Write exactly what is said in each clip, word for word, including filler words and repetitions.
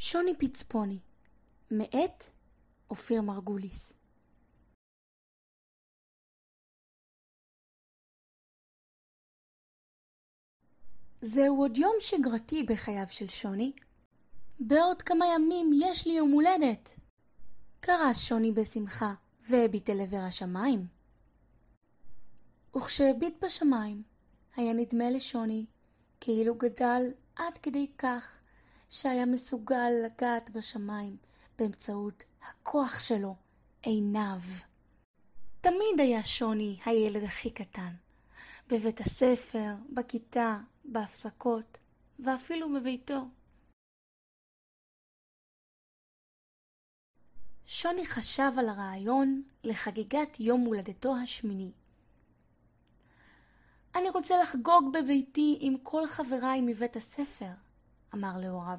שוני פצפוני, מאת אופיר מרגוליס. זהו עוד יום שגרתי בחייו של שוני. בעוד כמה ימים יש לי יום הולדת. קרא שוני בשמחה והביט אל עבר השמיים. וכשהביט בשמיים, היה נדמה לשוני כאילו גדל עד כדי כך שהיה מסוגל לגעת בשמיים באמצעות הכוח שלו, עיניו. תמיד היה שוני הילד הכי קטן, בבית הספר, בכיתה, בהפסקות, ואפילו בביתו. שוני חשב על הרעיון לחגיגת יום הולדתו השמיני. אני רוצה לחגוג בביתי עם כל חבריי מבית הספר, אמר להוריו.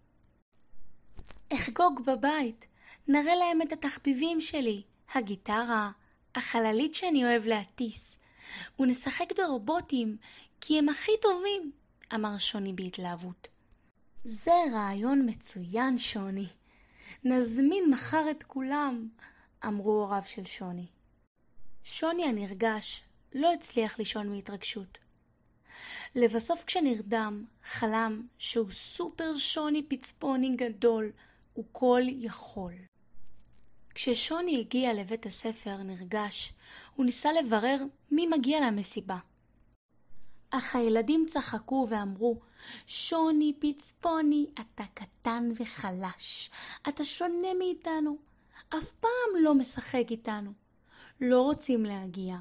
אחגוג בבית, נראה להם את התחביבים שלי, הגיטרה, החללית שאני אוהב להטיס, ונשחק ברובוטים, כי הם הכי טובים, אמר שוני בהתלהבות. זה רעיון מצוין, שוני. נזמין מחר את כולם, אמרו הוריו של שוני. שוני הנרגש לא הצליח לישון מהתרגשות. לבסוף כשנרדם, חלם שהוא סופר שוני פצפוני גדול וכל יכול. כששוני הגיע לבית הספר נרגש, הוא ניסה לברר מי מגיע למסיבה. אך הילדים צחקו ואמרו, שוני פצפוני, אתה קטן וחלש, אתה שונה מאיתנו, אף פעם לא משחק איתנו, לא רוצים להגיע.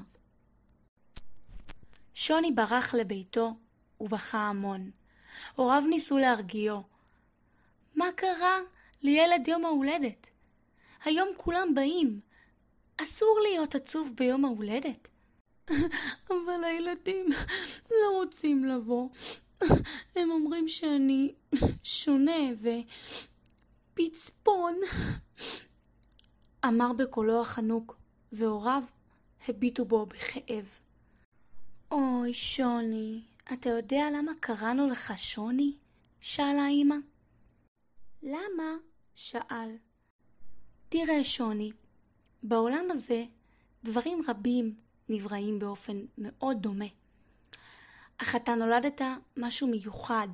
שוני ברח לביתו ובכה המון. הוריו ניסו להרגיעו. מה קרה? לילד יום ההולדת. היום כולם באים. אסור להיות עצוב ביום ההולדת. אבל הילדים לא רוצים לבוא. הם אומרים שאני שונה ופצפון. אמר בקולו החנוק, והוריו הביטו בו בכאב. אוי שוני, אתה יודע למה קראנו לך שוני? שאלה האמא. למה? שאל. תראה שוני, בעולם הזה דברים רבים נבראים באופן מאוד דומה. אך אתה נולדת משהו מיוחד.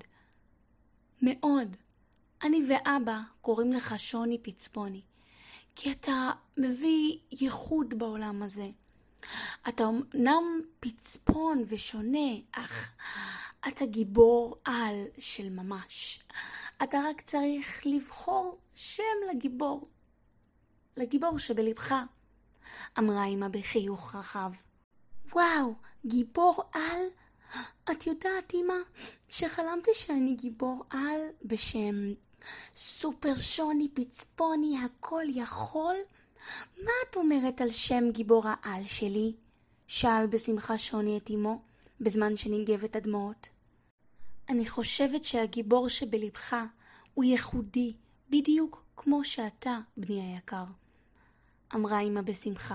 מאוד. אני ואבא קוראים לך שוני פצפוני, כי אתה מביא ייחוד בעולם הזה. אתה אומנם פצפון ושונה, אך אתה גיבור על של ממש. אתה רק צריך לבחור שם לגיבור. לגיבור שבלבך, אמרה אמא בחיוך רחב. וואו, גיבור על? את יודעת אמא, שחלמתי שאני גיבור על בשם סופר שוני פצפוני הכל יכול? מה את אומרת על שם גיבור העל שלי? שאל בשמחה שוני את אמו, בזמן שניגב את הדמעות. אני חושבת שהגיבור שבלבך הוא ייחודי, בדיוק כמו שאתה, בני היקר, אמרה אמא בשמחה.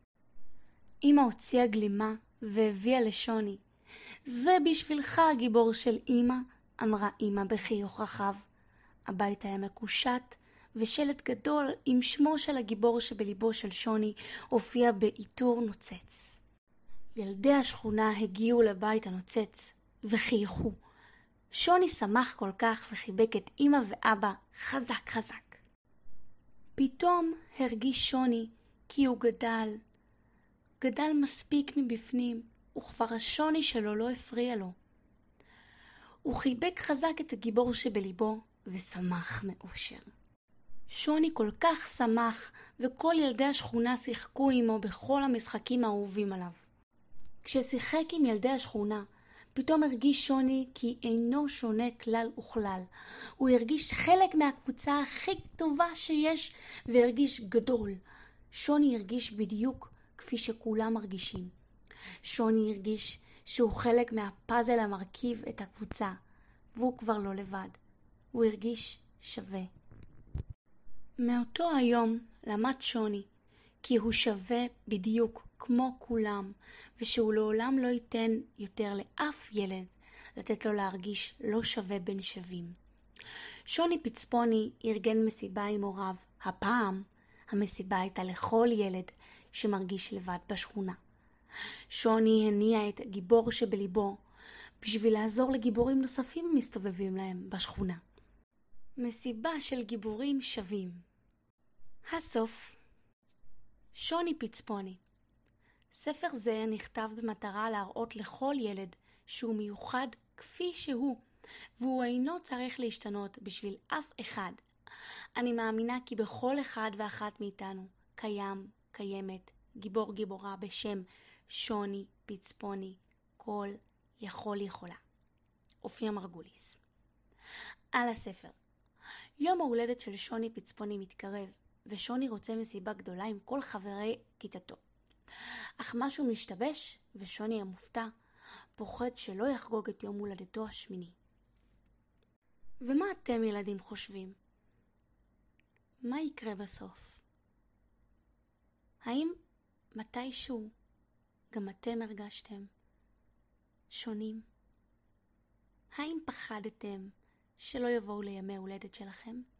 אמא הוציאה גלימה והביאה לשוני. זה בשבילך הגיבור של אמא, אמרה אמא בחיוך רחב. הבית היה מקושט, ושלט גדול עם שמו של הגיבור שבליבו של שוני הופיע בעיטור נוצץ. ילדי השכונה הגיעו לבית הנוצץ וחייכו. שוני שמח כל כך וחיבק את אמא ואבא חזק חזק. פתאום הרגיש שוני כי הוא גדל. גדל מספיק מבפנים, וכבר השוני שלו לא הפריע לו. הוא חיבק חזק את הגיבור שבליבו ושמח מאושר. שוני כל כך שמח, וכל ילדי השכונה שיחקו עמו בכל המשחקים האהובים עליו. כששיחק עם ילדי השכונה, פתאום הרגיש שוני כי אינו שונה כלל וכלל. הוא הרגיש חלק מהקבוצה הכי טובה שיש, והרגיש גדול. שוני הרגיש בדיוק כפי שכולם מרגישים. שוני הרגיש שהוא חלק מהפאזל המרכיב את הקבוצה, והוא כבר לא לבד. הוא הרגיש שווה. מאותו היום למד שוני כי הוא שווה בדיוק כמו כולם, ושהוא לעולם לא ייתן יותר לאף ילד לתת לו להרגיש לא שווה בין שווים. שוני פצפוני ארגן מסיבה עם הוריו. הפעם המסיבה הייתה לכל ילד שמרגיש לבד בשכונה. שוני הניע את הגיבור שבליבו בשביל לעזור לגיבורים נוספים מסתובבים להם בשכונה. מסיבה של גיבורים שווים. הסוף. שוני פצפוני. ספר זה נכתב במטרה להראות לכל ילד שהוא מיוחד כפי שהוא, והוא אינו צריך להשתנות בשביל אף אחד. אני מאמינה כי בכל אחד ואחת מאיתנו קיים, קיימת, גיבור גיבורה בשם שוני פצפוני, כל יכול יכולה. אופיה מרגוליס. על הספר. יום ההולדת של שוני פצפוני מתקרב, ושוני רוצה מסיבה גדולה עם כל חברי כיתתו. אך משהו משתבש, ושוני המופתע פוחד שלא יחגוג את יום הולדתו השמיני. ומה אתם ילדים חושבים? מה יקרה בסוף? האם מתישהו גם אתם הרגשתם שונים? האם פחדתם שלא יבואו לימי הולדת שלכם?